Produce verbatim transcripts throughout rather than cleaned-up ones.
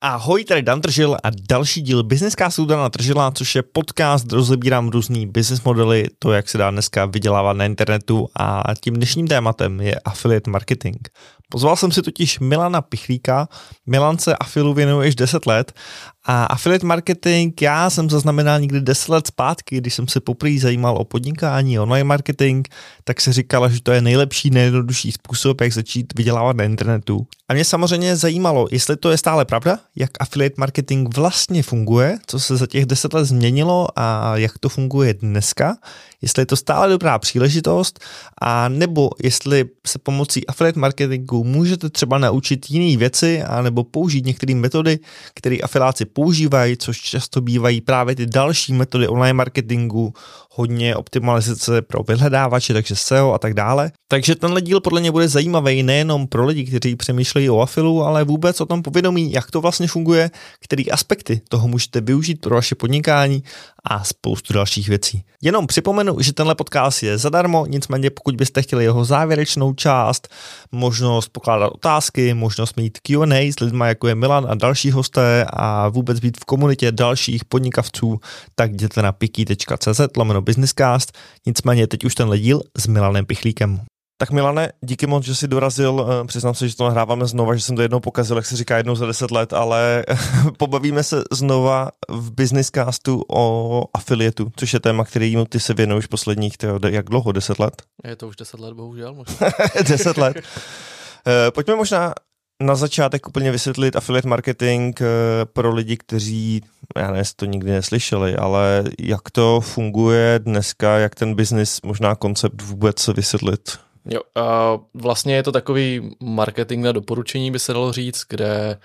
Ahoj, tady Dan Tržil a další díl Businesscastu Dana Tržila, což je podcast, kde rozebírám různý business modely, to, jak se dá dneska vydělávat na internetu, a tím dnešním tématem je affiliate marketing. Pozval jsem si totiž Milana Pichlíka. Milan se afilu věnuje již deset let a affiliate marketing já jsem zaznamenal někdy deset let zpátky, když jsem se poprvé zajímal o podnikání, online marketing, tak se říkalo, že to je nejlepší, nejjednodušší způsob, jak začít vydělávat na internetu. A mě samozřejmě zajímalo, jestli to je stále pravda, jak affiliate marketing vlastně funguje, co se za těch deset let změnilo a jak to funguje dneska, jestli je to stále dobrá příležitost, a nebo jestli se pomocí affiliate marketingu můžete třeba naučit jiné věci a nebo použít některé metody, které afiláci používají, což často bývají právě ty další metody online marketingu, hodně optimalizace pro vyhledávače, takže S E O a tak dále. Takže tenhle díl podle mě bude zajímavý nejenom pro lidi, kteří přemýšlejí o afilu, ale vůbec o tom povědomí, jak to vlastně funguje, který aspekty toho můžete využít pro vaše podnikání a spoustu dalších věcí. Jenom připomenu, že tenhle podcast je zadarmo, nicméně pokud byste chtěli jeho závěrečnou část, možnost pokládat otázky, možnost mít Q and A s lidmi, jako je Milan a další hosté, a vůbec být v komunitě dalších podnikavců, tak jděte na piky tečka cé zet lomeno businesscast. Nicméně teď už tenhle díl s Milanem Pichlíkem. Tak Milane, díky moc, že jsi dorazil, přiznám se, že to nahráváme znova, že jsem to jednou pokazil, jak se říká, jednou za deset let, ale pobavíme se znova v Businesscastu o afiliatu, což je téma, kterému ty se věnuješ posledních, tyjo, jak dlouho, deset let? Je to už deset let, bohužel. Možná. deset let. Pojďme možná na začátek úplně vysvětlit affiliate marketing pro lidi, kteří, já nevím, to nikdy neslyšeli, ale jak to funguje dneska, jak ten business, možná koncept vůbec vysvětlit. Jo, a vlastně je to takový marketing na doporučení, by se dalo říct, kde,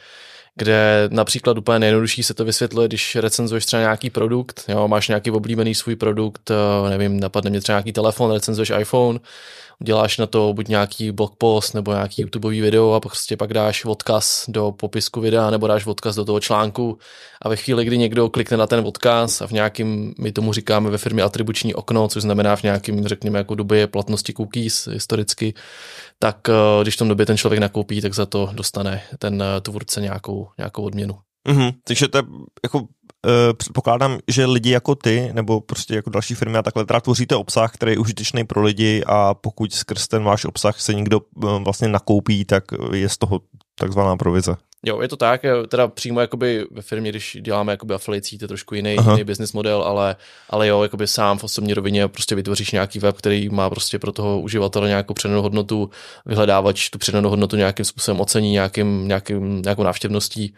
kde například úplně nejjednodušší se to vysvětluje, když recenzuješ třeba nějaký produkt, jo, máš nějaký oblíbený svůj produkt, nevím, napadne mě třeba nějaký telefon, recenzuješ iPhone, děláš na to buď nějaký blog post nebo nějaký YouTubeový video a prostě pak dáš odkaz do popisku videa nebo dáš odkaz do toho článku, a ve chvíli, kdy někdo klikne na ten odkaz a v nějakým, my tomu říkáme ve firmě atribuční okno, což znamená v nějakým, řekněme, jako době platnosti cookies historicky, tak když v tom době ten člověk nakoupí, tak za to dostane ten tvůrce nějakou, nějakou odměnu. Mm-hmm. Takže to je jako Uh, předpokládám, že lidi jako ty, nebo prostě jako další firmy a takhle, teda tvoříte obsah, který je užitečný pro lidi, a pokud skrz ten váš obsah se někdo uh, vlastně nakoupí, tak je z toho takzvaná provize. Jo, je to tak, teda přímo jakoby ve firmě, když děláme jakoby afiliací, to je trošku jiný, jiný business model, ale, ale jo, jakoby sám v osobní rovině prostě vytvoříš nějaký web, který má prostě pro toho uživatele nějakou přidanou hodnotu, vyhledávač tu přidanou hodnotu nějakým způsobem ocení, nějakým, nějakým, nějakou návštěvností,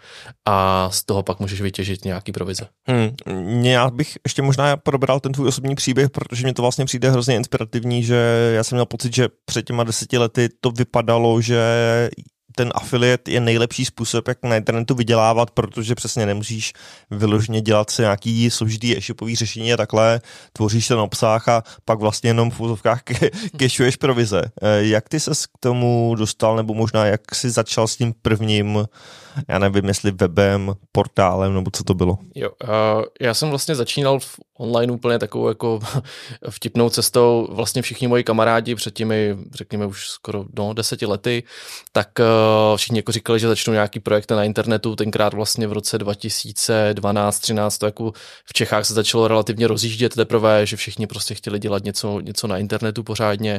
a z toho pak můžeš vytěžit nějaký provize. Hmm, já bych ještě možná probral ten tvůj osobní příběh, protože mi to vlastně přijde hrozně inspirativní, že já jsem měl pocit, že před těma deseti lety to vypadalo, že ten affiliate je nejlepší způsob, jak na internetu vydělávat, protože přesně nemusíš vyloženě dělat si nějaký složitý e-shopový řešení a takhle, tvoříš ten obsah a pak vlastně jenom v úzovkách kešuješ provize. Jak ty ses k tomu dostal, nebo možná jak jsi začal s tím prvním, já nevím, jestli webem, portálem, nebo co to bylo? Jo, uh, já jsem vlastně začínal v online úplně takovou jako vtipnou cestou. Vlastně všichni moji kamarádi před těmi, řekněme už skoro no, deseti lety, tak uh, všichni jako říkali, že začnou nějaký projekty na internetu. Tenkrát vlastně v roce dva tisíce dvanáct třináct to jako v Čechách se začalo relativně rozjíždět teprve, že všichni prostě chtěli dělat něco, něco na internetu pořádně.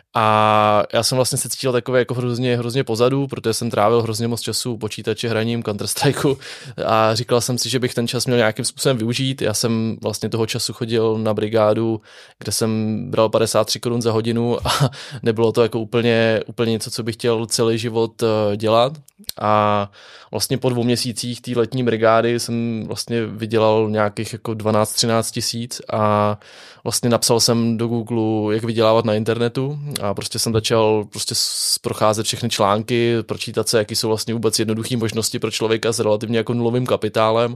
A já jsem vlastně se cítil takové jako hrozně, hrozně pozadu, protože jsem trávil hrozně moc času počítače hraním Counter-Strikeu a říkal jsem si, že bych ten čas měl nějakým způsobem využít. Já jsem vlastně toho času chodil na brigádu, kde jsem bral padesát tři korun za hodinu a nebylo to jako úplně, úplně něco, co bych chtěl celý život dělat. A vlastně po dvou měsících té letní brigády jsem vlastně vydělal nějakých jako dvanáct třináct tisíc a vlastně napsal jsem do Google, jak vydělávat na internetu, a prostě jsem začal prostě procházet všechny články, pročítat se, jaký jsou vlastně vůbec jednoduché možnosti pro člověka s relativně jako nulovým kapitálem.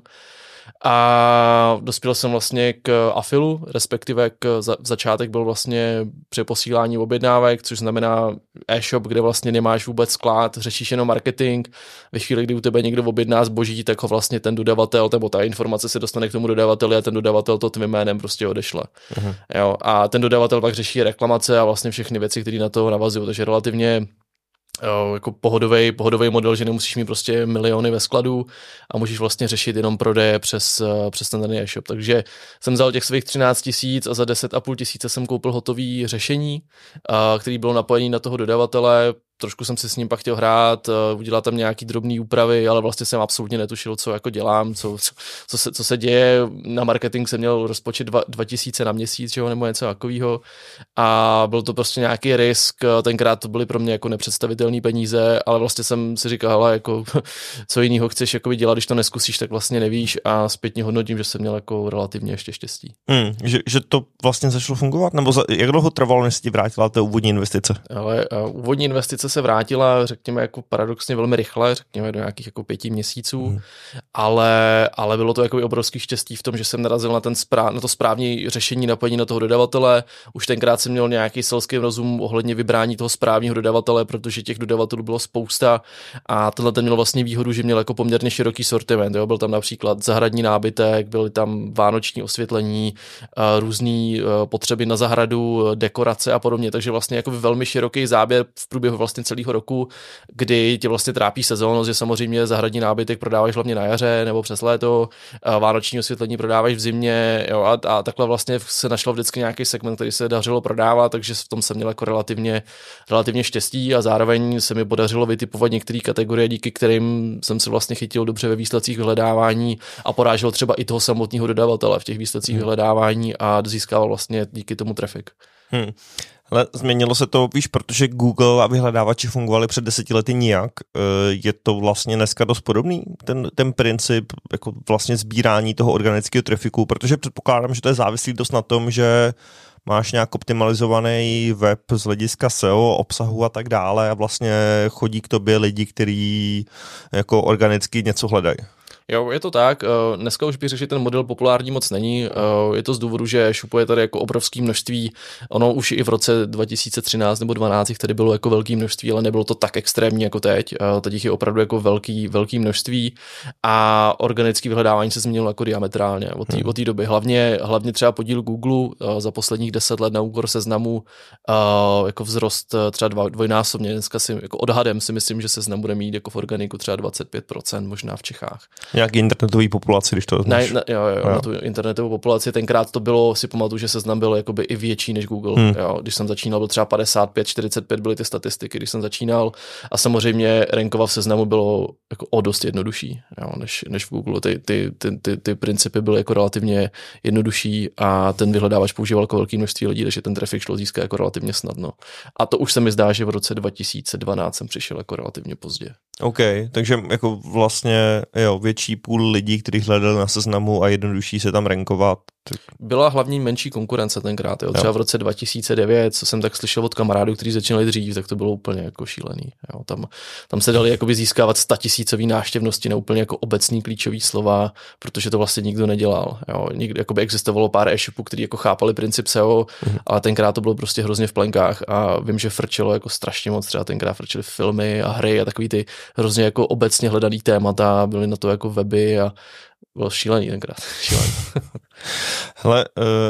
A dospěl jsem vlastně k afilu, respektive k za, začátek byl vlastně přeposílání objednávek, což znamená e-shop, kde vlastně nemáš vůbec sklad, řešíš jenom marketing. Ve chvíli, kdy u tebe někdo objedná zboží, tak ho vlastně ten dodavatel, nebo ta informace se dostane k tomu dodavateli a ten dodavatel to tvým jménem prostě odešle. Uh-huh. Jo, a ten dodavatel pak řeší reklamace a vlastně všechny věci, které na to navazují, takže relativně jako pohodový, pohodový model, že nemusíš mít prostě miliony ve skladu a můžeš vlastně řešit jenom prodeje přes, přes ten daný e-shop. Takže jsem vzal těch svých třináct tisíc a za deset a půl tisíce jsem koupil hotový řešení, který bylo napojený na toho dodavatele. Trošku jsem si s ním pak chtěl hrát, udělat tam nějaký drobný úpravy, ale vlastně jsem absolutně netušil, co jako dělám, co, co, co, se, co se děje. Na marketing jsem měl rozpočet dva tisíce na měsíc, jo, nebo něco takového. A byl to prostě nějaký risk, tenkrát to byly pro mě jako nepředstavitelné peníze, ale vlastně jsem si říkal, hele, jako, co jiného chceš jako dělat, když to neskusíš, tak vlastně nevíš a zpětně hodnotím, že jsem měl jako relativně ještě štěstí. Hmm, že, že to vlastně začalo fungovat? Nebo za, jak dlouho trvalo, než se ti vrátila ta úvodní investice? Ale uh, úvodní investice se vrátila, řekněme, jako paradoxně velmi rychle, řekněme do nějakých jako pěti měsíců, hmm. ale, ale bylo to jako obrovský štěstí v tom, že jsem narazil na, ten správ, na to správné řešení napojení na toho dodavatele. Už tenkrát jsem měl nějaký selský rozum ohledně vybrání toho správného dodavatele, protože těch dodavatelů bylo spousta a tenhle ten měl vlastně výhodu, že měl jako poměrně široký sortiment. Jo? Byl tam například zahradní nábytek, byly tam vánoční osvětlení, různé potřeby na zahradu, dekorace a podobně, takže vlastně jako velmi široký záběr v průběhu vlastně celého roku, kdy tě vlastně trápí sezónnost, že samozřejmě zahradní nábytek prodáváš hlavně na jaře nebo přes léto, vánoční osvětlení prodáváš v zimě, jo, a, a takhle vlastně se našlo vždycky nějaký segment, který se dařilo prodávat, takže v tom jsem měl jako relativně, relativně štěstí a zároveň se mi podařilo vytipovat některé kategorie, díky kterým jsem se vlastně chytil dobře ve výsledcích vyhledávání a porážel třeba i toho samotného dodavatele v těch výsledcích hmm. vyhledávání a získával vlastně díky tomu trafik. Hmm. Ale změnilo se to, víš, protože Google a vyhledávači fungovaly před deseti lety nijak. Je to vlastně dneska dost podobný, ten, ten princip jako vlastně sbírání toho organického trafiku, protože předpokládám, že to je závislý dost na tom, že máš nějak optimalizovaný web z hlediska S E O, obsahu a tak dále a vlastně chodí k tobě lidi, kteří jako organicky něco hledají. Jo, je to tak. Dneska už bych řekl, že ten model populární moc není. Je to z důvodu, že e-shopu je tady jako obrovské množství. Ono už i v roce dva tisíce třináct nebo dvanáct jich tady bylo jako velké množství, ale nebylo to tak extrémní jako teď. Teď jich je opravdu jako velký, velký množství a organické vyhledávání se změnilo jako diametrálně od té hmm. od té doby. Hlavně, hlavně třeba podíl Google za posledních deset let na úkor Seznamu jako vzrost třeba dva, dvojnásobně. Dneska si jako odhadem si myslím, že Seznam bude mít jako v organiku třeba dvacet pět procent možná v Čechách. Nějaký internetový populaci, když to znáš. Na, na, jo, jo, jo. Na tu internetovou populaci. Tenkrát to bylo, si pamatuju, že Seznam byl jakoby i větší než Google. Hmm. Jo. Když jsem začínal, byl třeba padesát pět, čtyřicet pět byly ty statistiky, když jsem začínal. A samozřejmě rankovat v Seznamu bylo jako o dost jednodušší, jo, než, než v Google. Ty, ty, ty, ty, ty principy byly jako relativně jednodušší a ten vyhledávač používal jako velké množství lidí, takže ten trafik šlo získat jako relativně snadno. A to už se mi zdá, že v roce dva tisíce dvanáct jsem přišel jako relativně pozdě. OK, takže jako vlastně jo, větší půl lidí, kteří hledali na Seznamu a jednodušší se tam rankovat. Tak... Byla hlavní menší konkurence tenkrát, jo. Třeba jo. v roce dva tisíce devět, co jsem tak slyšel od kamarádů, kteří začínali dřív, tak to bylo úplně jako šílený. Jo. Tam, tam se dali jakoby získávat statisícový návštěvnosti na úplně jako obecný klíčový slova, protože to vlastně nikdo nedělal. Jo. Nikdy jakoby existovalo pár e-shopů, kteří jako chápali princip S E O, mhm. ale tenkrát to bylo prostě hrozně v plenkách a vím, že frčelo jako strašně moc, třeba tenkrát frčely filmy a hry a takový ty hrozně jako obecně hledaný témata, byly na to jako weby a bylo šílený tenkrát. Šílený. Hele,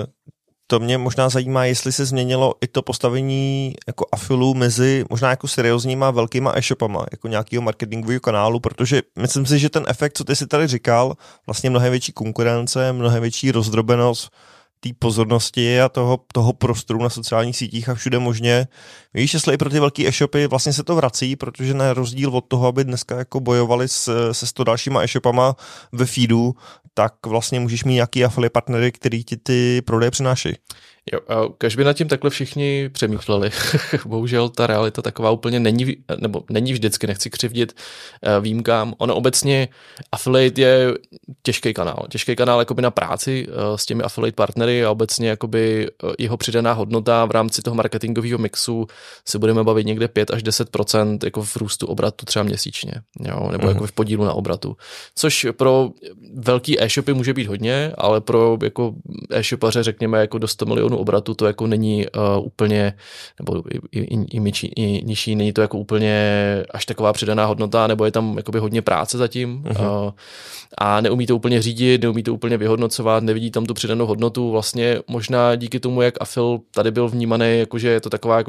to mě možná zajímá, jestli se změnilo i to postavení jako afilů mezi možná jako seriózníma velkýma e-shopama, jako nějakého marketingového kanálu, protože myslím si, že ten efekt, co ty si tady říkal, vlastně mnohem větší konkurence, mnohem větší rozdrobenost té pozornosti a toho, toho prostoru na sociálních sítích a všude možně. Víš, jestli i pro ty velký e-shopy vlastně se to vrací, protože na rozdíl od toho, aby dneska jako bojovali s, se sto dalšíma e-shopama ve feedu, tak vlastně můžeš mít nějaký affiliate partnery, který ti ty prodeje přináší. Jo, kež by nad tím takhle všichni přemýšleli. Bohužel ta realita taková úplně není, nebo není vždycky, nechci křivdit výjimkám. Ono obecně affiliate je těžký kanál. Těžký kanál jakoby na práci s těmi affiliate partnery a obecně jakoby jeho přidaná hodnota v rámci toho marketingového mixu se budeme bavit někde pět až deset procent jako v růstu obratu třeba měsíčně, jo, nebo mm. jako v podílu na obratu. Což pro velký e-shopy může být hodně, ale pro jako e-shopaře řekněme jako do sto milionů obratu to jako není uh, úplně, nebo i, i, i, myči, i nižší, není to jako úplně až taková přidaná hodnota, nebo je tam jakoby hodně práce zatím uh-huh. uh, a neumí to úplně řídit, neumí to úplně vyhodnocovat, nevidí tam tu přidanou hodnotu, vlastně možná díky tomu, jak Afil tady byl vnímaný, jakože je to taková jako šedá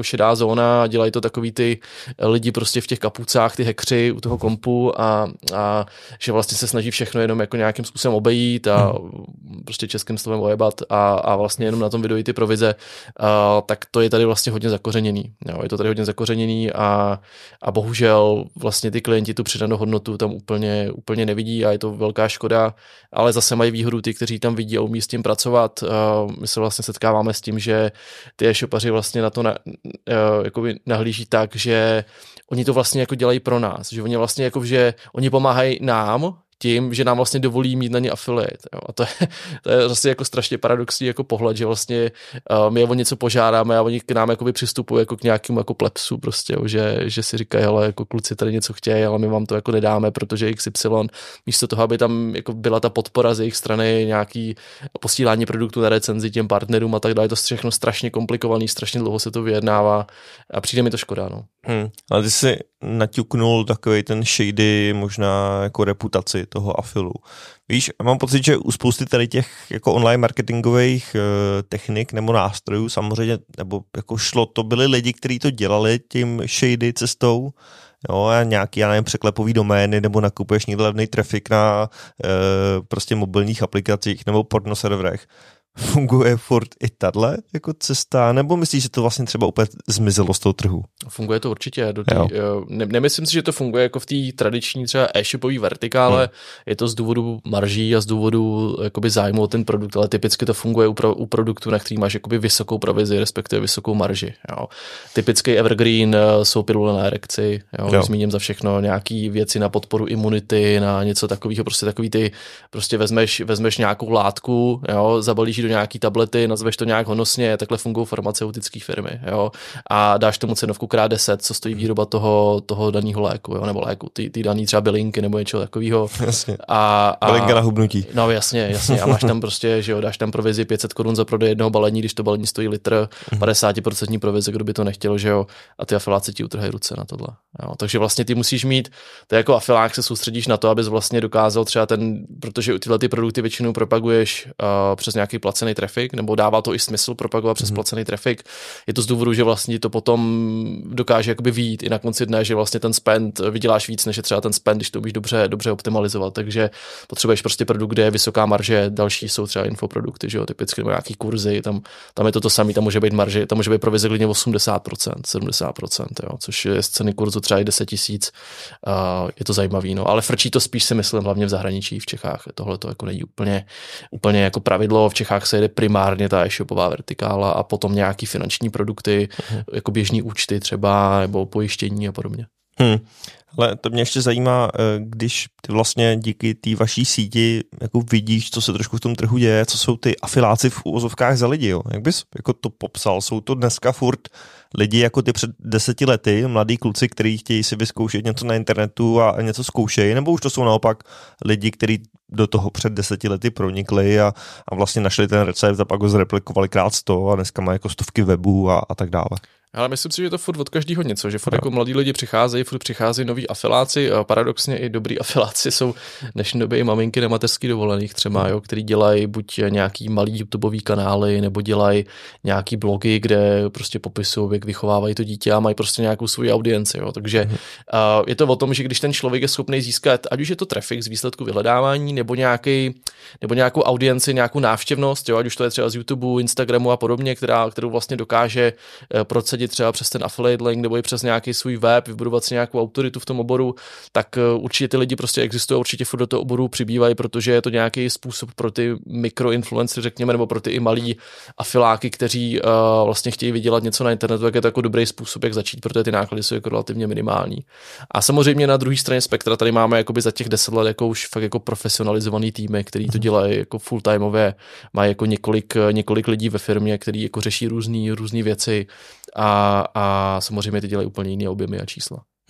zóna, dělají to takový ty lidi prostě v těch kapucách, ty hackři u toho kompu a, a že vlastně se snaží všechno jenom jako nějakým způsobem obejít a hmm. prostě českým slovem ojebat a, a vlastně jenom na tom vydojí ty provize, a, tak to je tady vlastně hodně zakořeněný. Jo, je to tady hodně zakořeněný a, a bohužel vlastně ty klienti tu přidanou hodnotu tam úplně, úplně nevidí a je to velká škoda, ale zase mají výhodu ty, kteří tam vidí a umí s tím pracovat. A my se vlastně setkáváme s tím, že ty e-shopaři vlastně na to na, jakoby nahlíží tak, že oni to vlastně jako dělají pro nás, že oni vlastně jako, že oni pomáhají nám tím, že nám vlastně dovolí mít na ně affiliate. Jo. A to je, to je vlastně jako strašně paradoxní jako pohled, že vlastně uh, my o něco požádáme a oni k nám jakoby přistupují jako k nějakému jako plepsu prostě, jo, že, že si říkají, hele, jako kluci tady něco chtějí, ale my vám to jako nedáme, protože X Y, místo toho, aby tam jako byla ta podpora z jejich strany, nějaký posílání produktů na recenzi těm partnerům a tak dále, je to všechno strašně komplikovaný, strašně dlouho se to vyjednává a přijde mi to škoda, no. Hmm. Ale ty jsi naťuknul takovej ten shady možná jako reputaci toho afilu. Víš, mám pocit, že u spousty tady těch jako online marketingových uh, technik nebo nástrojů samozřejmě, nebo jako šlo, to byli lidi, kteří to dělali tím shady cestou, jo, a nějaký, já nevím, překlepový domény, nebo nakupuješ někde levný trafik na uh, prostě mobilních aplikacích nebo porno serverech. Funguje furt i tahle jako cesta, nebo myslíš, že to vlastně třeba úplně zmizelo z toho trhu? Funguje to určitě. Do tý, ne, nemyslím si, že to funguje jako v té tradiční třeba e-shopové vertikále, hmm. je to z důvodu marží a z důvodu jakoby zájmu o ten produkt, ale typicky to funguje u, pro, u produktu, na který máš jakoby vysokou provizi, respektive vysokou marži. Jo. Typický evergreen jsou pilule na erekci, jo, jo. Zmíním za všechno, nějaký věci na podporu imunity, na něco takového, prostě takový ty, prostě vezmeš, vezmeš nějakou látku, jo, zabalíš do nějaký tablety, nazveš to nějak honosně, takhle fungují farmaceutické firmy, jo, a dáš tomu cenovku krát deset, co stojí výroba toho, toho daného léku, jo, nebo léku, ty, ty daný třeba bylinky nebo něco takového. Jasně. A, a bylinka na hubnutí. No jasně, jasně, a máš tam prostě, že jo, dáš tam provizi pět set korun za prodej jednoho balení, když to balení stojí litr, padesát procent provize, kdo by to nechtěl, že jo, a ty afiláci ti utrhají ruce na tohle. Jo. Takže vlastně ty musíš mít, ty jako afilák se soustředíš na to, abys vlastně dokázal třeba ten, protože tyhle ty produkty většinou propaguješ uh, přes nějaký placený trafik, nebo dává to i smysl propagovat přes mm. placený trafik. Je to z důvodu, že vlastně to potom dokáže jakoby vyjít i na konci dne, že vlastně ten spend vyděláš víc, než je třeba ten spend, když to umíš dobře, dobře optimalizovat. Takže potřebuješ prostě produkt, kde je vysoká marže, další jsou třeba infoprodukty, že jo, typicky nebo nějaký kurzy, tam, tam je to to samé, tam může být marže, tam může být provize klidně osmdesát procent, sedmdesát procent, jo, což je z ceny kurzu třeba i deset tisíc. Uh, je to zajímavý, no, ale frčí to spíš si myslím hlavně v zahraničí, v Čechách. Tohle to jako není úplně, úplně jako pravidlo, v Čechách se jede primárně ta e-shopová vertikála a potom nějaký finanční produkty, uh-huh. jako běžný účty třeba, nebo pojištění a podobně. Hmm. Ale to mě ještě zajímá, když ty vlastně díky té vaší síti jako vidíš, co se trošku v tom trhu děje, co jsou ty afiláci v uvozovkách za lidi, jo? Jak bys jako to popsal? Jsou to dneska furt lidi jako ty před deseti lety, mladí kluci, kteří chtějí si vyzkoušet něco na internetu a něco zkoušejí, nebo už to jsou naopak lidi, kteří do toho před deseti lety pronikli a, a vlastně našli ten recept a pak ho zreplikovali krát sto a dneska mají jako stovky webů a, a tak dále. Ale myslím si, že to furt od každého něco, že furt no. jako mladí lidi přicházejí, furt přicházejí noví afiláci a paradoxně i dobrý afiláci jsou v dnešní době i maminky na mateřských dovolených třeba, jo, který dělají buď nějaký malý YouTubeový kanály, nebo dělají nějaký blogy, kde prostě popisují, jak vychovávají to dítě a mají prostě nějakou svou audienci, jo. Takže mm. uh, je to o tom, že když ten člověk je schopný získat, ať už je to trafik z výsledku vyhledávání, nebo nějaký, nebo nějakou audienci, nějakou návštěvnost, jo, ať už to je třeba z YouTube, Instagramu a podobně, která, kterou vlastně dokáže uh, procedit třeba přes ten affiliate link nebo i přes nějaký svůj web, vybudovat si nějakou autoritu v tom oboru, tak určitě ty lidi prostě existují, určitě furt do toho oboru přibývají, protože je to nějaký způsob pro ty mikroinfluencery, řekněme, nebo pro ty i malí afiláky, kteří uh, vlastně chtějí vydělat něco na internetu, tak je to jako dobrý způsob, jak začít, protože ty náklady jsou jako relativně minimální. A samozřejmě na druhé straně spektra tady máme jakoby za těch deset let jako už fakt jako profesionalizovaný týmy, který to dělají jako full-timeové, mají jako několik, několik lidí ve firmě, který jako řeší různý, různý věci a, a samozřejmě ty dělají úplně jiné objemy a čísla. Hmm.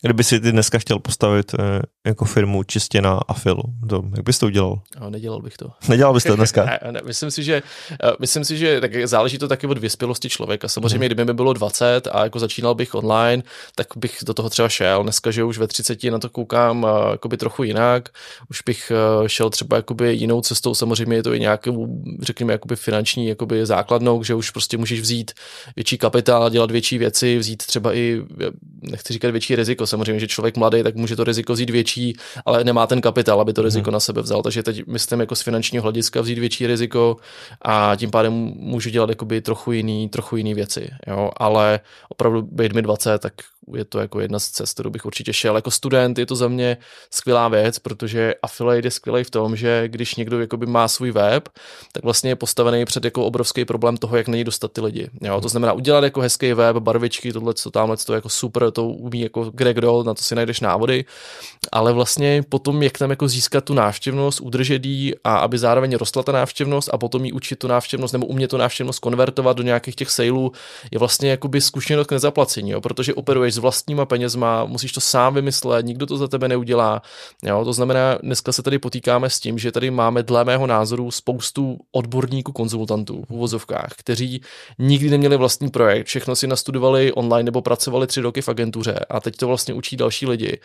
Kdyby si ty dneska chtěl postavit eh, jako firmu čistě na afilu, to, jak bys to udělal? No, nedělal bych to. Nedělal bys to dneska? ne, ne, myslím si, že, myslím si, že tak záleží to taky od vyspělosti člověka. Samozřejmě, hmm. kdyby mi bylo dvacet a jako začínal bych online, tak bych do toho třeba šel. Dneska, že už ve třiceti na to koukám jakoby trochu jinak. Už bych šel třeba jakoby jinou cestou. Samozřejmě je to i nějakou, řekněme, jakoby finanční jakoby základnou, že už prostě můžeš vzít větší kapitál, dělat větší věci, vzít třeba i, nechci říkat větší riziko. Samozřejmě, že člověk mladý, tak může to riziko vzít větší, ale nemá ten kapitál, aby to riziko hmm. na sebe vzal. Takže teď myslím jako z finančního hlediska vzít větší riziko a tím pádem můžu dělat jakoby trochu jiný, trochu jiný věci. Jo? Ale opravdu být mi dvacet, tak je to jako jedna z cest, kterou bych určitě šel. Jako student je to za mě skvělá věc, protože affiliate je skvělý v tom, že když někdo jakoby má svůj web, tak vlastně je postavený před jako obrovský problém toho, jak na něj dostat ty lidi. Jo? To znamená udělat jako hezký web, barvičky, tohle, co tamhle, to jako super, to umí jako kde kdo, na to si najdeš návody, ale vlastně potom, jak tam jako získat tu návštěvnost, udržet jí a aby zároveň rostla ta návštěvnost a potom jí učit tu návštěvnost nebo umět tu návštěvnost konvertovat do nějakých těch saleů, je vlastně jakoby zkušenost k nezaplacení, jo? Protože operuješ s vlastníma penězma, musíš to sám vymyslet, nikdo to za tebe neudělá. Jo? To znamená, dneska se tady potýkáme s tím, že tady máme dle mého názoru spoustu odborníků, konzultantů v uvozovkách, kteří nikdy neměli vlastní projekt, všechno si nastudovali online nebo pracovali tři roky v agentuře a teď to vlastně učí další lidi.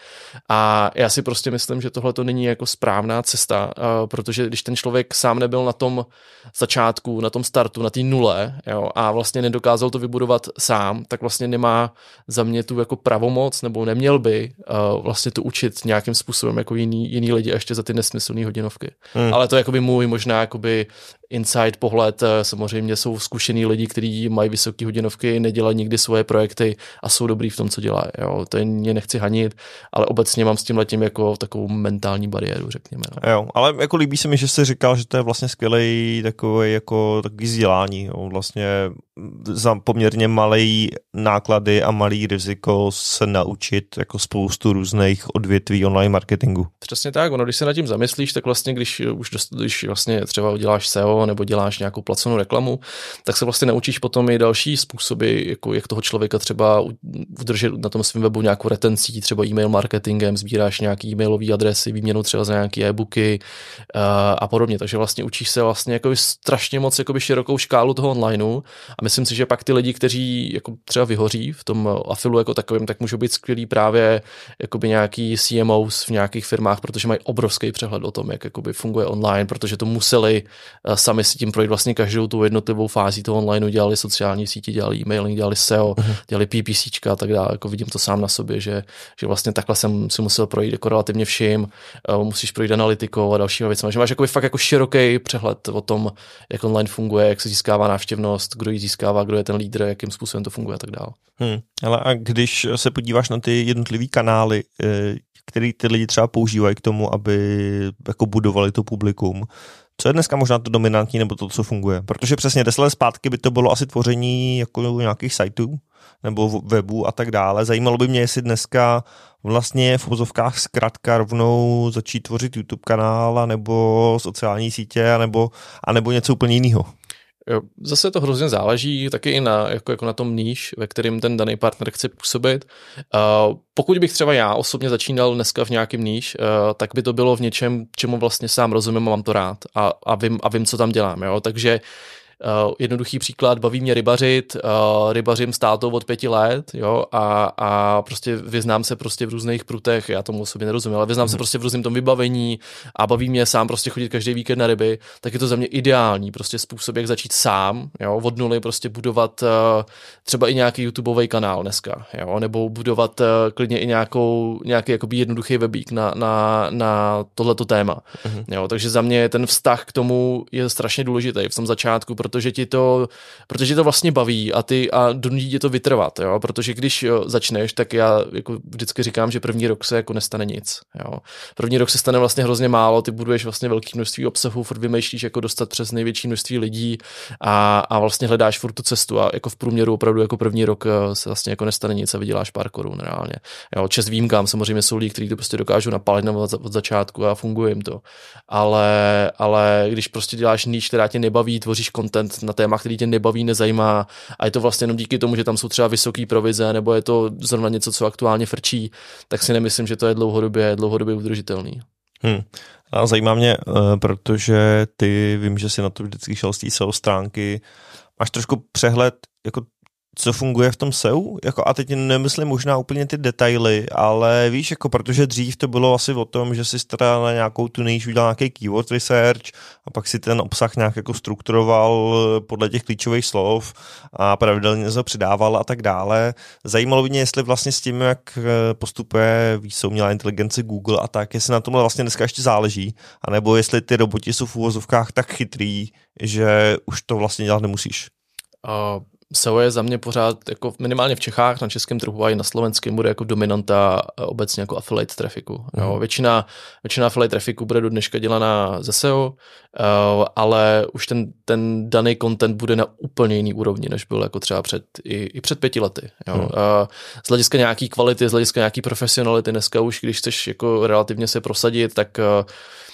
A já si prostě myslím, že tohle to není jako správná cesta, protože když ten člověk sám nebyl na tom začátku, na tom startu, na té nule, jo, a vlastně nedokázal to vybudovat sám, tak vlastně nemá za mě tu jako pravomoc, nebo neměl by uh, vlastně to učit nějakým způsobem jako jiný, jiný lidi a ještě za ty nesmyslné hodinovky. Hmm. Ale to je jakoby můj možná jakoby insight, pohled, samozřejmě jsou zkušený lidi, kteří mají vysoké hodinovky, nedělají nikdy svoje projekty a jsou dobrý v tom, co dělají. Jo. To je, mě nechci hanit, ale obecně mám s tím letím jako takovou mentální bariéru, řekněme. No. Jo, ale jako líbí se mi, že jsi říkal, že to je vlastně skvělý takový jako takový vzdělání. Jo. Vlastně za poměrně malé náklady a malý riziko se naučit jako spoustu různých odvětví online marketingu. Přesně tak, ono, když se nad tím zamyslíš, tak vlastně, když už dost, když vlastně třeba děláš S E O nebo děláš nějakou placenou reklamu, tak se vlastně naučíš potom i další způsoby, jako jak toho člověka třeba udržet na tom svém webu nějakou retencí, třeba e-mail marketingem, sbíráš nějaký e-mailové adresy, výměnou třeba za nějaké e-booky uh, a podobně. Takže vlastně učíš se vlastně jako strašně moc jako širokou škálu toho onlineu a myslím si, že pak ty lidi, kteří jako třeba vyhoří v tom afilu jako takovým, tak můžou být skvělí právě jakoby nějaký C M Os v nějakých firmách, protože mají obrovský přehled o tom, jak jakoby funguje online, protože to museli sami si tím projít vlastně každou tu jednotlivou fází toho onlineu, dělali sociální sítě, dělali e-mailing, dělali S E O, uh-huh. dělali PPCčka a tak dále. Jako vidím to sám na sobě, že, že vlastně takhle jsem si musel projít jako relativně vším, uh, musíš projít analytikou a dalšíma věcmi, že máš jakoby fakt jako široký přehled o tom, jak online funguje, jak se získává návštěvnost, kdo ji získává, kdo je ten lídr, jakým způsobem to funguje a tak dále. Hmm. Ale a když se podíváš na ty jednotlivý kanály, který ty lidi třeba používají k tomu, aby jako budovali to publikum, co je dneska možná to dominantní nebo to, co funguje? Protože přesně deset let zpátky by to bylo asi tvoření jako nějakých sajtů nebo webů a tak dále. Zajímalo by mě, jestli dneska vlastně v uvozovkách zkrátka rovnou začít tvořit YouTube kanál nebo sociální sítě anebo, anebo něco úplně jiného. Zase to hrozně záleží taky i na, jako, jako na tom níž, ve kterým ten daný partner chce působit. Uh, pokud bych třeba já osobně začínal dneska v nějakém níž, uh, tak by to bylo v něčem, čemu vlastně sám rozumím a mám to rád a, a, vím, a vím, co tam dělám. Jo? Takže Uh, jednoduchý příklad, baví mě rybařit, uh, rybařím s tátou od pěti let, jo, a, a prostě vyznám se prostě v různých prutech, já tomu osobně nerozumím, ale vyznám mm. se prostě v různém tom vybavení a baví mě sám prostě chodit každý víkend na ryby, tak je to za mě ideální prostě způsob, jak začít sám, jo, od nuly prostě budovat uh, třeba i nějaký YouTubeový kanál dneska, jo, nebo budovat uh, klidně i nějakou, nějaký jakoby jednoduchý webík na, na, na tohleto téma, mm. jo, takže za mě ten vztah k tomu je strašně důležitý v tom začátku, protože ti to, protože to vlastně baví a ty a donutí tě to vytrvat, jo, protože když jo, začneš, tak já jako vždycky říkám, že první rok se jako nestane nic, jo. První rok se stane vlastně hrozně málo, ty buduješ vlastně velké množství obsahu, furt vymýšlíš jako dostat přes největší množství lidí a, a vlastně hledáš furt tu cestu a jako v průměru opravdu jako první rok se vlastně jako nestane nic a vyděláš pár korun reálně. Jo, čest výjimkám, samozřejmě jsou lidi, kteří to prostě dokážou napalit od, od začátku a funguje jim to. Ale, ale když prostě děláš níž, která tě nebaví, tvoříš content, content na téma, který tě nebaví, nezajímá a je to vlastně jenom díky tomu, že tam jsou třeba vysoký provize nebo je to zrovna něco, co aktuálně frčí, tak si nemyslím, že to je dlouhodobě, dlouhodobě udržitelný. Hmm. A zajímá mě, protože ty vím, že si na to vždycky šel z té S E O stránky, máš trošku přehled, jako co funguje v tom S E O, jako a teď nemyslím možná úplně ty detaily, ale víš, jako protože dřív to bylo asi o tom, že si teda na nějakou tu niche udělal nějaký keyword research a pak si ten obsah nějak jako strukturoval podle těch klíčových slov a pravidelně se přidával a tak dále. Zajímalo by mě, jestli vlastně s tím, jak postupuje víš, umělá inteligence Google a tak, jestli na tomhle vlastně dneska ještě záleží, anebo jestli ty roboti jsou v úvozovkách tak chytrý, že už to vlastně dělat nemusíš. Uh... S E O je za mě pořád, jako minimálně v Čechách, na českém trhu a i na slovenském bude jako dominanta obecně jako affiliate trafiku. Mm. Jo, většina, většina affiliate trafiku bude do dneška dělaná ze S E O, uh, ale už ten, ten daný content bude na úplně jiný úrovni, než byl jako třeba před, i, i před pěti lety. Jo. Mm. Uh, z hlediska nějaký kvality, z hlediska nějaký profesionality dneska už, když chceš jako relativně se prosadit, tak uh,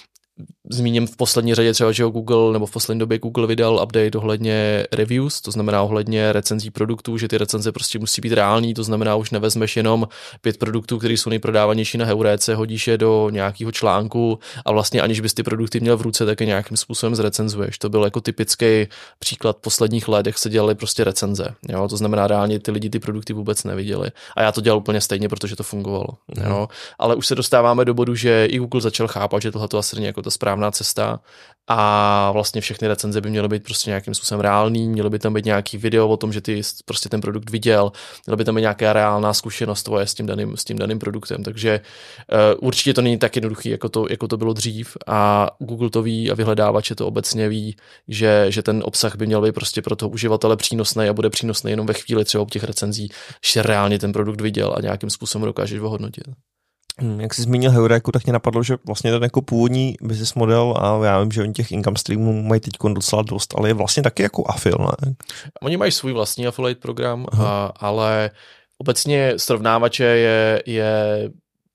zmíním v poslední řadě třeba, že Google, nebo v poslední době Google vydal update ohledně reviews, to znamená ohledně recenzí produktů, že ty recenze prostě musí být reální, to znamená už nevezmeš jenom pět produktů, které jsou nejprodávanější na Heuréce, hodíš je do nějakého článku a vlastně aniž bys ty produkty měl v ruce, tak je nějakým způsobem zrecenzuješ. To byl jako typický příklad posledních let, jak se dělaly prostě recenze. Jo? To znamená reálně ty lidi ty produkty vůbec neviděli. A já to dělal úplně stejně, protože to fungovalo. Mm. Jo? Ale už se dostáváme do bodu, že i Google začal chápat, že tohle to asi není jako ta správná cesta a vlastně všechny recenze by měly být prostě nějakým způsobem reální, mělo by tam být nějaký video o tom, že ty prostě ten produkt viděl, mělo by tam být nějaká reálná zkušenost tvoje s tím daným, s tím daným produktem, takže uh, určitě to není tak jednoduchý, jako to, jako to bylo dřív a Google to ví a vyhledávače to obecně ví, že, že ten obsah by měl být prostě pro toho uživatele přínosný a bude přínosný jenom ve chvíli třeba u těch recenzí, že reálně ten produkt viděl a nějakým způsobem dokážeš ohodnotit. Jak jsi zmínil Heuréku, tak mě napadlo, že vlastně ten jako původní business model a já vím, že oni těch income streamů mají teď docela dost, ale je vlastně taky jako afil, ne? Oni mají svůj vlastní affiliate program, a, ale obecně srovnávače je, je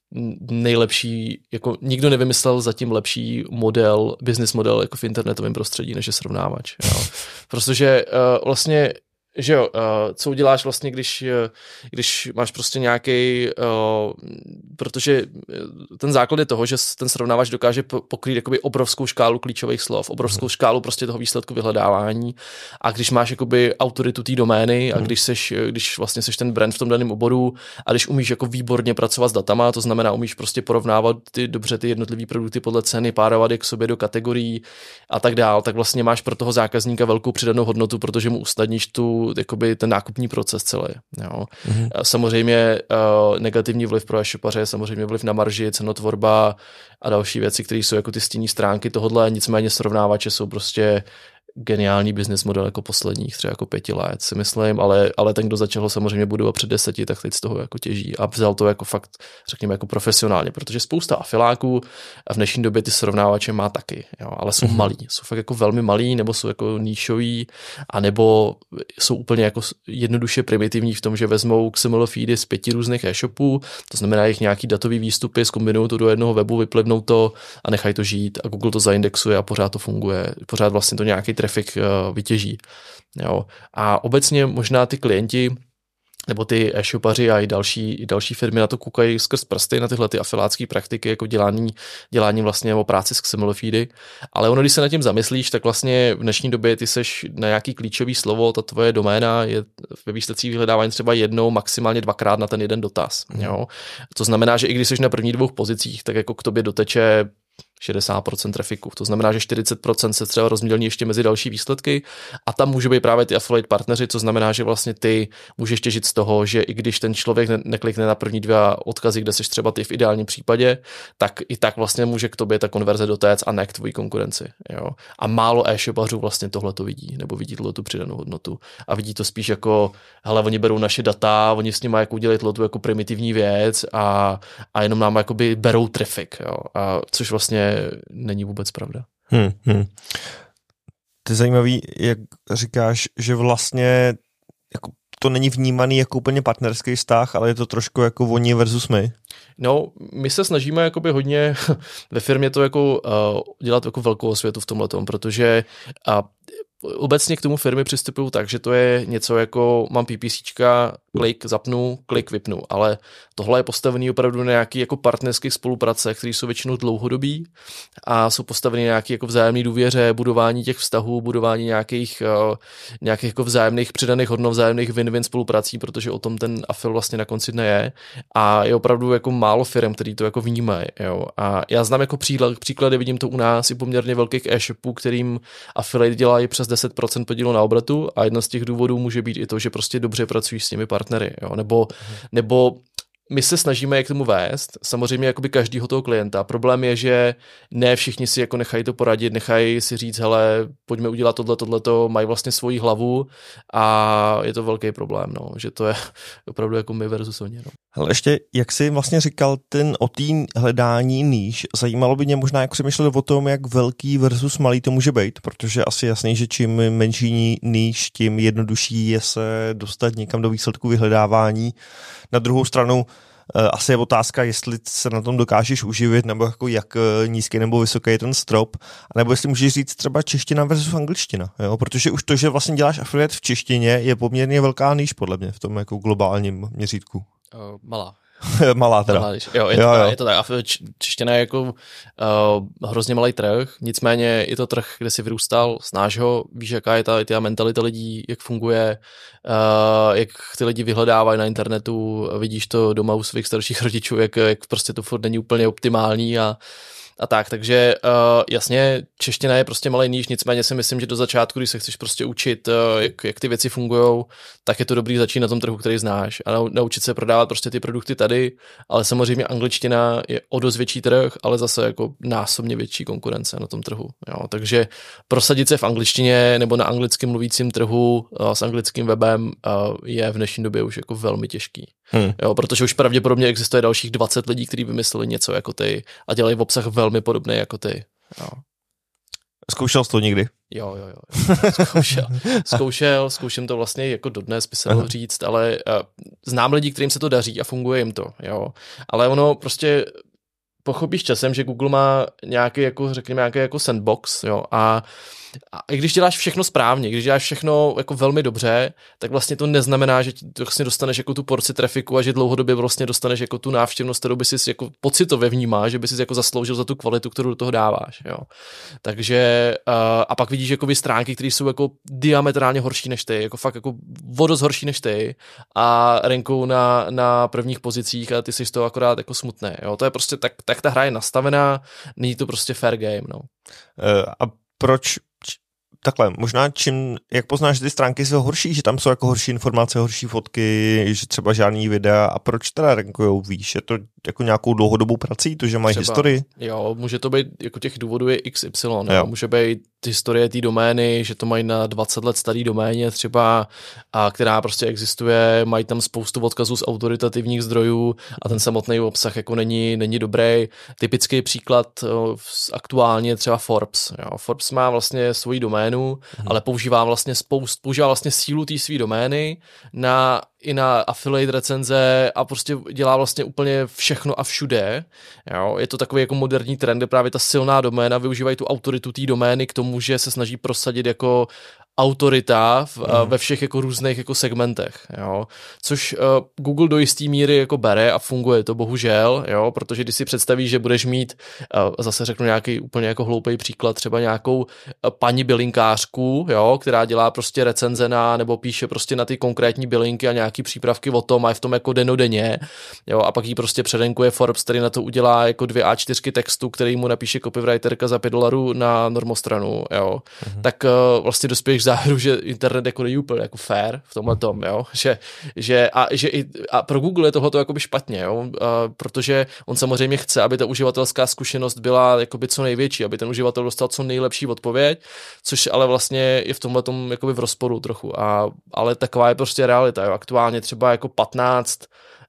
nejlepší, jako nikdo nevymyslel zatím lepší model, business model jako v internetovém prostředí, než je srovnávač. Jo. Protože uh, vlastně že jo, uh, co uděláš vlastně, když, když máš prostě nějaký, uh, protože ten základ je toho, že ten srovnávač dokáže pokrýt jakoby obrovskou škálu klíčových slov, obrovskou škálu prostě toho výsledku vyhledávání a když máš jakoby autoritu té domény a když seš, když vlastně seš ten brand v tom daném oboru a když umíš jako výborně pracovat s datama, to znamená umíš prostě porovnávat ty dobře ty jednotlivé produkty podle ceny, párovat je k sobě do kategorií a tak dál, tak vlastně máš pro toho zákazníka velkou přidanou hodnotu, protože mu usnadníš tu jakoby ten nákupní proces celý. Jo. Mm-hmm. Samozřejmě uh, negativní vliv pro e-shopaře je samozřejmě vliv na marži, cenotvorba a další věci, které jsou jako ty stinné stránky tohodle, nicméně srovnávače jsou prostě geniální business model jako posledních třeba jako pěti let, si myslím, ale, ale ten, kdo začal ho samozřejmě budovat před deseti, tak teď z toho jako těží a vzal to jako fakt, řekněme, jako profesionálně, protože spousta afiláků a v dnešní době ty srovnávače má taky, jo, ale jsou mm-hmm. malí, jsou fakt jako velmi malí, nebo jsou jako níšoví, a nebo jsou úplně jako jednoduše primitivní v tom, že vezmou X M L feedy z pěti různých e-shopů, to znamená jejich nějaký datový výstupy, zkombinují to do jednoho webu, vyplivnou to a nechají to žít a Google to zaindexuje a pořád to funguje, pořád vlastně to nějaký trafik uh, vytěží. Jo. A obecně možná ty klienti nebo ty e-shopaři a i další, i další firmy na to koukají skrz prsty na tyhle ty afiliátské praktiky, jako dělání, dělání vlastně o práci s X M L feedy. Ale ono, když se nad tím zamyslíš, tak vlastně v dnešní době ty seš na nějaký klíčový slovo, ta tvoje doména je ve výsledcích vyhledávání třeba jednou, maximálně dvakrát na ten jeden dotaz. Mm. Jo. To znamená, že i když seš na prvních dvou pozicích, tak jako k tobě doteče šedesát procent trafiku. To znamená, že čtyřicet procent se třeba rozmělní ještě mezi další výsledky a tam může být právě ty affiliate partneři, co znamená, že vlastně ty můžeš těžit z toho, že i když ten člověk ne- neklikne na první dva odkazy, kde seš třeba ty v ideálním případě, tak i tak vlastně může k tobě ta konverze dotéct a ne k tvojí konkurenci. Jo? A málo e-shopařů vlastně tohle to vidí, nebo vidí tu přidanou hodnotu. A vidí to spíš jako, hele, oni berou naše data, oni s nimi jako udělají tu jako primitivní věc a, a jenom nám jakoby berou trafik. Jo? A což vlastně není vůbec pravda. Hmm, hmm. To je zajímavý, jak říkáš, že vlastně jako to není vnímaný jako úplně partnerský vztah, ale je to trošku jako oni versus my. No, my se snažíme jakoby hodně ve firmě to jako uh, dělat jako velkou osvětu v tomhletom, protože uh, obecně k tomu firmy přistupují tak, že to je něco jako mám PPCčka, klik, zapnu, klik, vypnu, ale tohle je postavený opravdu na nějaký jako partnerských spolupráce, které jsou většinou dlouhodobý a jsou postavený na nějaký jako vzájemný důvěře, budování těch vztahů, budování nějakých, uh, nějakých jako vzájemných přidaných hodnot, vzájemných win-win spoluprací, protože o tom ten afil vlastně na konci dne je a je opravdu jako málo firm, který to jako vnímají, jo. A já znám jako příklad, příklady, vidím to u nás i poměrně velkých e-shopů, kterým affiliate dělají přes deset procent podílu na obratu a jedna z těch důvodů může být i to, že prostě dobře pracují s těmi partnery, jo. Nebo, hmm. nebo my se snažíme jak k tomu vést, samozřejmě jakoby každýho toho klienta. Problém je, že ne všichni si jako nechají to poradit, nechají si říct, hele, pojďme udělat tohle, tohleto, mají vlastně svoji hlavu a je to velký problém, no, že to je opravdu jako my versus oni. No. Hele, ještě, jak jsi vlastně říkal, ten o té hledání níž, zajímalo by mě možná, jak přemýšlet o tom, jak velký versus malý to může být, protože asi jasný, že čím menší níž, tím jednodušší je se dostat někam do výsledku vyhledávání. Na druhou stranu asi je otázka, jestli se na tom dokážeš uživit, nebo jako jak nízký nebo vysoký je ten strop, nebo jestli můžeš říct třeba čeština versus angličtina, jo? Protože už to, že vlastně děláš affiliate v češtině, je poměrně velká níž podle mě v tom jako globálním měřítku. Uh, malá. Malá teda. Malá, jo, je, to, jo, jo. je to tak. A čeština je jako uh, hrozně malý trh, nicméně je to trh, kde si vyrůstal, znáš ho, víš, jaká je ta, ta mentalita lidí, jak funguje, uh, jak ty lidi vyhledávají na internetu, vidíš to doma u svých starších rodičů, jak, jak prostě to furt není úplně optimální a A tak, takže uh, jasně, čeština je prostě malej níž, nicméně si myslím, že do začátku, když se chceš prostě učit, uh, jak, jak ty věci fungujou, tak je to dobrý začít na tom trhu, který znáš a naučit se prodávat prostě ty produkty tady, ale samozřejmě angličtina je o dost větší trh, ale zase jako násobně větší konkurence na tom trhu, jo, takže prosadit se v angličtině nebo na anglicky mluvícím trhu uh, s anglickým webem uh, je v dnešní době už jako velmi těžký. Hmm. Jo, protože už pravděpodobně existuje dalších dvacet lidí, kteří vymysleli něco jako ty a dělají v obsah velmi podobný jako ty. Jo. Zkoušel jsi to někdy? Jo, jo, jo. Zkoušel. Zkoušel, zkouším to vlastně jako dodnes, by se dalo říct, ale uh, znám lidi, kterým se to daří a funguje jim to, jo. Ale ono prostě pochopíš časem, že Google má nějaký, jako řekněme, nějaký jako sandbox, jo, a A i když děláš všechno správně, když děláš všechno jako velmi dobře, tak vlastně to neznamená, že vlastně dostaneš jako tu porci trafiku a že dlouhodobě vlastně dostaneš jako tu návštěvnost, kterou by si jako pocitově vnímá, že by si jako zasloužil za tu kvalitu, kterou do toho dáváš. Jo. Takže uh, a pak vidíš jako stránky, které jsou jako diametrálně horší než ty, jako fakt jako vodost horší než ty a rankou na, na prvních pozicích a ty jsi z toho akorát jako smutné. Jo. To je prostě tak, tak ta hra je nastavená, není to prostě fair game. No. Uh, a proč takhle, možná čím, jak poznáš, že ty stránky jsou horší, že tam jsou jako horší informace, horší fotky, že třeba žádný videa a proč teda rankujou, víš, je to jako nějakou dlouhodobou prací, to, že mají třeba historii? Jo, může to být, jako těch důvodů je iks ypsilon, jo. Může být historie té domény, že to mají na dvacet let starý doméně třeba, a která prostě existuje, mají tam spoustu odkazů z autoritativních zdrojů a ten samotný obsah jako není, není dobrý. Typický příklad aktuálně třeba Forbes. Jo. Forbes má vlastně svoji doménu, mhm. ale používá vlastně spoust, používá vlastně sílu té své domény na i na affiliate recenze a prostě dělá vlastně úplně všechno a všude. Jo. Je to takový jako moderní trend, kde právě ta silná doména využívají tu autoritu té domény k tomu, že se snaží prosadit jako autorita v, mm. ve všech jako různých jako segmentech, jo. Což uh, Google do jistý míry jako bere a funguje to bohužel, jo, protože když si představíš, že budeš mít, uh, zase řeknu nějaký úplně jako hloupý příklad, třeba nějakou uh, paní bylinkářku, jo, která dělá prostě recenze na, nebo píše prostě na ty konkrétní bylinky a nějaký přípravky o tom, a je v tom jako denodenně, jo, a pak jí prostě předenkuje Forbes, který na to udělá jako dvě á čtyři textu, který mu napíše copywriterka za pět dolarů na normostranu, jo, mm. tak uh, vlastně dospěješ závěru, že internet jako není úplně jako fair v tomhle tom, jo, že, že, a, že i, a pro Google je tohleto jakoby špatně, jo, a, protože on samozřejmě chce, aby ta uživatelská zkušenost byla jakoby co největší, aby ten uživatel dostal co nejlepší odpověď, což ale vlastně je v tomhle tom jakoby v rozporu trochu, a, ale taková je prostě realita, jo, aktuálně třeba jako patnáct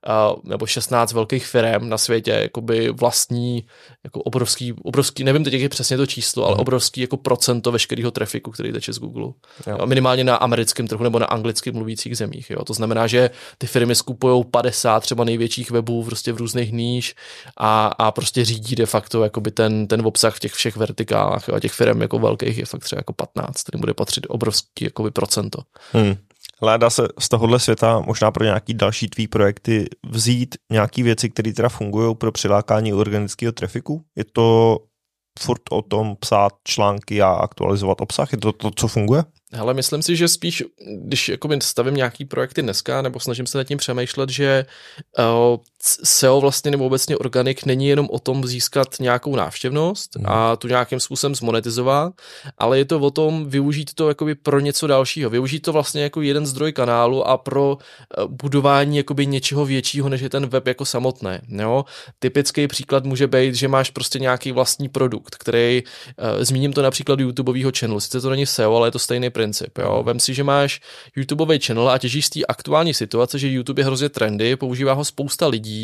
nebo šestnáct velkých firem na světě jakoby vlastní jako obrovský, obrovský, nevím teď, jak je přesně to číslo, ale obrovský jako procento veškerého trafiku, který teče z Google. Jo. Minimálně na americkém trhu nebo na anglicky mluvících zemích. Jo. To znamená, že ty firmy skupují padesát třeba největších webů prostě v různých níž a, a prostě řídí de facto jakoby ten, ten obsah v těch všech vertikálách. Jo. A těch firm jako velkých je fakt třeba jako patnáct, kterým bude patřit obrovský jakoby procento. Hmm. Ale dá se z tohohle světa možná pro nějaký další tvý projekty vzít nějaký věci, které teda fungují pro přilákání organického trafiku? Je to furt o tom psát články a aktualizovat obsah? Je to to, co funguje? Hele, myslím si, že spíš, když jakoby stavím nějaký projekty dneska, nebo snažím se nad tím přemýšlet, že uh, S E O vlastně nebo obecně organik není jenom o tom získat nějakou návštěvnost mm. a tu nějakým způsobem zmonetizovat, ale je to o tom využít to jakoby pro něco dalšího. Využít to vlastně jako jeden zdroj kanálu a pro uh, budování jakoby něčeho většího, než je ten web jako samotné. Jo? Typický příklad může být, že máš prostě nějaký vlastní produkt, který, uh, zmíním to například YouTubeového channelu, sice to není S E O, ale je to stejný princip. Jo? Vem si, že máš YouTubeový channel a těžíš z té aktuální situace, že YouTube je hrozně trendy, používá ho spousta lidí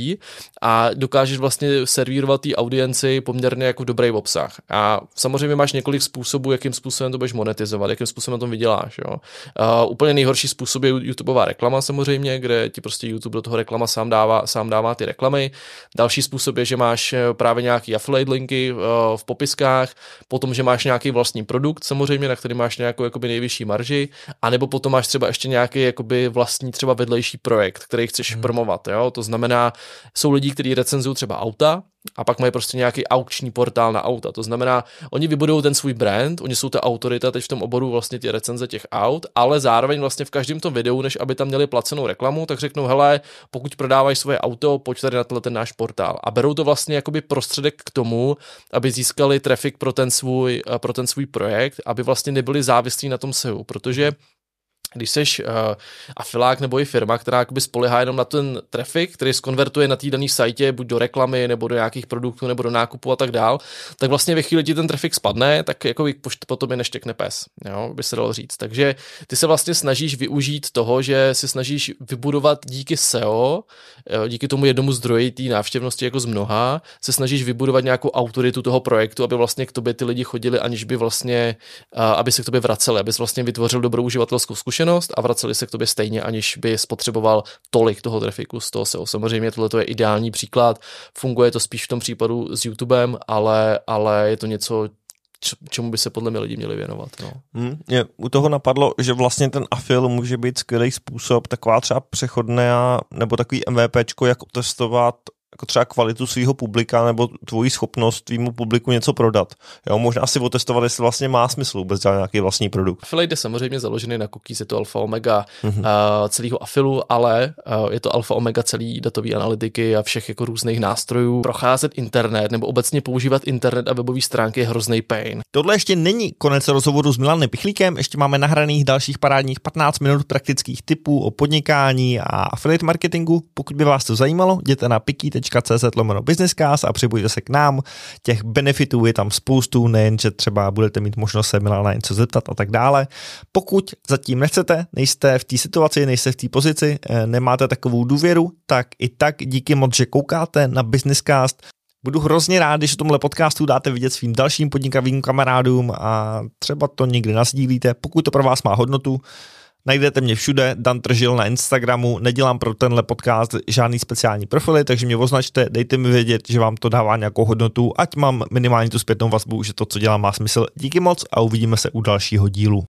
a dokážeš vlastně servírovat té audienci poměrně jako dobrý obsah. A samozřejmě máš několik způsobů, jakým způsobem to budeš monetizovat, jakým způsobem na tom vyděláš. Jo? Uh, úplně nejhorší způsob je YouTubeová reklama samozřejmě, kde ti prostě YouTube do toho reklama sám dává, sám dává ty reklamy. Další způsob je, že máš právě nějaký affiliate linky uh, v popiskách, potom, že máš nějaký vlastní produkt samozřejmě, na který máš nějakou jakoby nejvyšší marži, anebo potom máš třeba ještě nějaký jakoby vlastní třeba vedlejší projekt, který chceš hmm. promovat. Jo? To znamená, jsou lidi, kteří recenzují třeba auta a pak mají prostě nějaký aukční portál na auta. To znamená, oni vybudují ten svůj brand, oni jsou ta autorita teď v tom oboru vlastně ty recenze těch aut, ale zároveň vlastně v každém tom videu, než aby tam měli placenou reklamu, tak řeknou, hele, pokud prodávají svoje auto, pojď tady na tenhle ten náš portál. A berou to vlastně jakoby prostředek k tomu, aby získali trafik pro ten svůj, pro ten svůj projekt, aby vlastně nebyli závislí na tom S E O, protože když seš uh, afilák nebo i firma, která jakoby spolehá jenom na ten trafik, který skonvertuje na té dané sajtě, buď do reklamy, nebo do nějakých produktů, nebo do nákupu a tak dál, tak vlastně ve chvíli ti ten trafik spadne, tak jako potom je neštěkne pes, jo, by se dalo říct. Takže ty se vlastně snažíš využít toho, že si snažíš vybudovat díky S E O, díky tomu jednomu zdroji té návštěvnosti jako z mnoha, se snažíš vybudovat nějakou autoritu toho projektu, aby vlastně k tobě ty lidi chodili, aniž by vlastně, uh, aby se k tobě vraceli, abys vlastně vytvořil dobrou uživatelskou zkušenost a vraceli se k tobě stejně, aniž by spotřeboval tolik toho trafiku z toho S E O. Samozřejmě tohle je ideální příklad, funguje to spíš v tom případu s YouTubem, ale, ale je to něco, čemu by se podle mě lidi měli věnovat. No. Hmm, mě u toho napadlo, že vlastně ten afil může být skvělý způsob, taková třeba přechodná nebo takový MVPčko, jak otestovat jako třeba kvalitu svého publika nebo tvoji schopnost tvýmu publiku něco prodat. Jo, možná si otestovat, jestli vlastně má smysl vůbec dělat nějaký vlastní produkt. Affiliate je samozřejmě založený na cookies, je to alfa omega mm-hmm. uh, celého afilu, ale uh, je to alfa omega celý datové analytiky a všech jako různých nástrojů. Procházet internet nebo obecně používat internet a webové stránky je hrozný pain. Tohle ještě není konec rozhovoru s Milanem Pichlíkem, ještě máme nahraných dalších parádních patnáct minut praktických tipů o podnikání a affiliate marketingu. Pokud by vás to zajímalo, jděte na piky tečka cé zet lomeno businesscast a připojte se k nám. Těch benefitů je tam spoustu, nejen, že třeba budete mít možnost se Milana něco zeptat a tak dále. Pokud zatím nechcete, nejste v té situaci, nejste v té pozici, nemáte takovou důvěru, tak i tak díky moc, že koukáte na Businesscast. Budu hrozně rád, když v tomhle podcastu dáte vidět svým dalším podnikavým kamarádům a třeba to někdy nasdílíte, pokud to pro vás má hodnotu. Najdete mě všude, Dan Tržil na Instagramu, nedělám pro tenhle podcast žádný speciální profily, takže mě označte, dejte mi vědět, že vám to dává nějakou hodnotu, ať mám minimálně tu zpětnou vazbu, že to, co dělám, má smysl. Díky moc a uvidíme se u dalšího dílu.